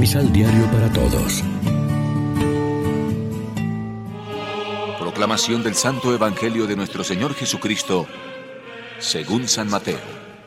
Misal Diario para Todos. Proclamación del Santo Evangelio de nuestro Señor Jesucristo, según San Mateo.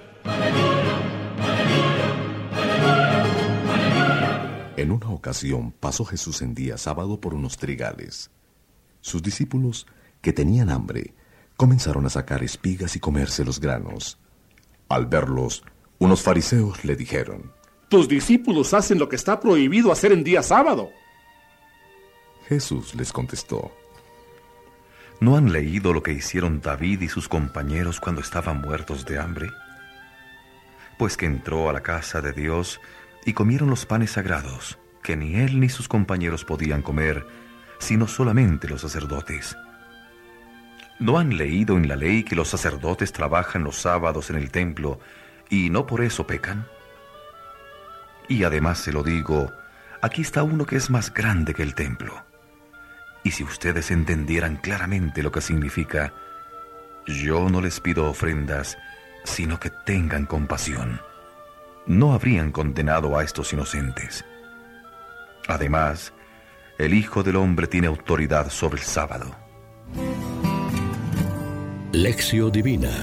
En una ocasión pasó Jesús en día sábado por unos trigales. Sus discípulos, que tenían hambre, comenzaron a sacar espigas y comerse los granos. Al verlos, unos fariseos le dijeron: Tus discípulos hacen lo que está prohibido hacer en día sábado. Jesús les contestó: ¿No han leído lo que hicieron David y sus compañeros cuando estaban muertos de hambre? Pues que entró a la casa de Dios y comieron los panes sagrados, que ni él ni sus compañeros podían comer, sino solamente los sacerdotes. ¿No han leído en la ley que los sacerdotes trabajan los sábados en el templo y no por eso pecan? Y además se lo digo, aquí está uno que es más grande que el templo. Y si ustedes entendieran claramente lo que significa, yo no les pido ofrendas, sino que tengan compasión, no habrían condenado a estos inocentes. Además, el Hijo del Hombre tiene autoridad sobre el sábado. Lección Divina.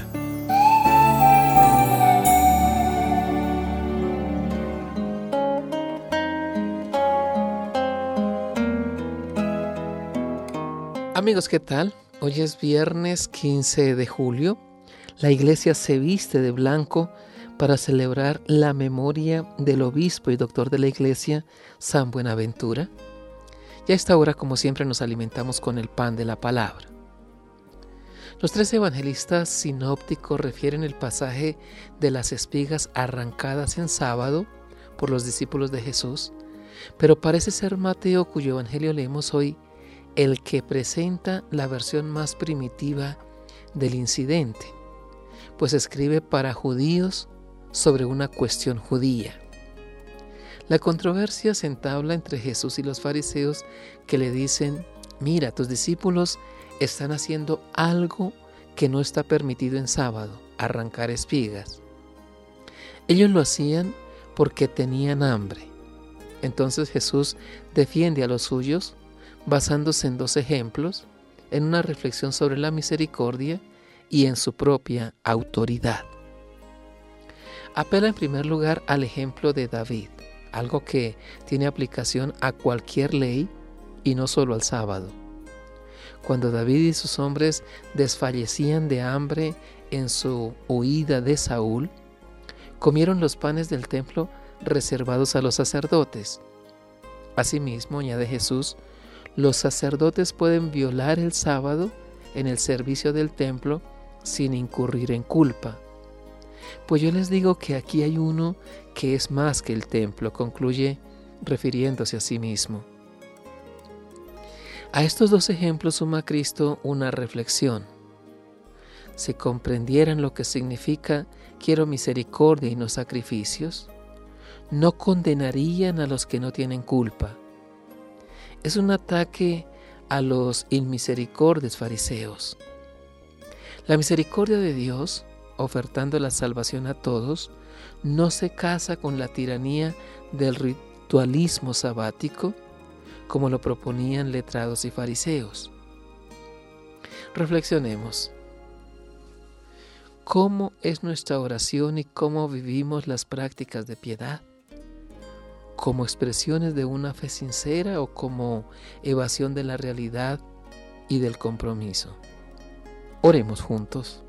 Amigos, ¿qué tal? Hoy es viernes 15 de julio. La iglesia se viste de blanco para celebrar la memoria del obispo y doctor de la iglesia, San Buenaventura. Y a esta hora, como siempre, nos alimentamos con el pan de la palabra. Los tres evangelistas sinópticos refieren el pasaje de las espigas arrancadas en sábado por los discípulos de Jesús, pero parece ser Mateo, cuyo evangelio leemos hoy, el que presenta la versión más primitiva del incidente, pues escribe para judíos sobre una cuestión judía. La controversia se entabla entre Jesús y los fariseos, que le dicen: mira, tus discípulos están haciendo algo que no está permitido en sábado, arrancar espigas. Ellos lo hacían porque tenían hambre. Entonces Jesús defiende a los suyos basándose en dos ejemplos, en una reflexión sobre la misericordia y en su propia autoridad. Apela en primer lugar al ejemplo de David, algo que tiene aplicación a cualquier ley y no solo al sábado. Cuando David y sus hombres desfallecían de hambre en su huida de Saúl, comieron los panes del templo reservados a los sacerdotes. Asimismo, añade Jesús, los sacerdotes pueden violar el sábado en el servicio del templo sin incurrir en culpa. Pues yo les digo que aquí hay uno que es más que el templo, concluye refiriéndose a sí mismo. A estos dos ejemplos suma Cristo una reflexión. Si comprendieran lo que significa quiero misericordia y no sacrificios, no condenarían a los que no tienen culpa. Es un ataque a los inmisericordios fariseos. La misericordia de Dios, ofertando la salvación a todos, no se casa con la tiranía del ritualismo sabático, como lo proponían letrados y fariseos. Reflexionemos. ¿Cómo es nuestra oración y cómo vivimos las prácticas de piedad? ¿Como expresiones de una fe sincera o como evasión de la realidad y del compromiso? Oremos juntos.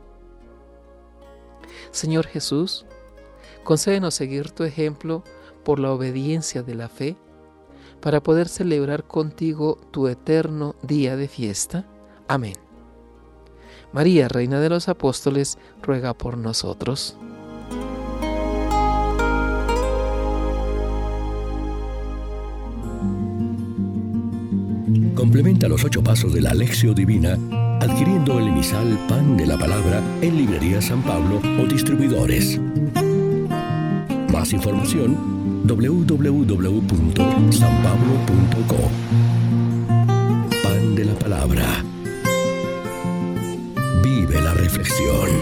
Señor Jesús, concédenos seguir tu ejemplo por la obediencia de la fe, para poder celebrar contigo tu eterno día de fiesta. Amén. María, Reina de los Apóstoles, ruega por nosotros. Complementa los 8 pasos de la Lección Divina adquiriendo el emisal Pan de la Palabra en Librería San Pablo o distribuidores. Más información: www.sanpablo.co. Pan de la Palabra. Vive la reflexión.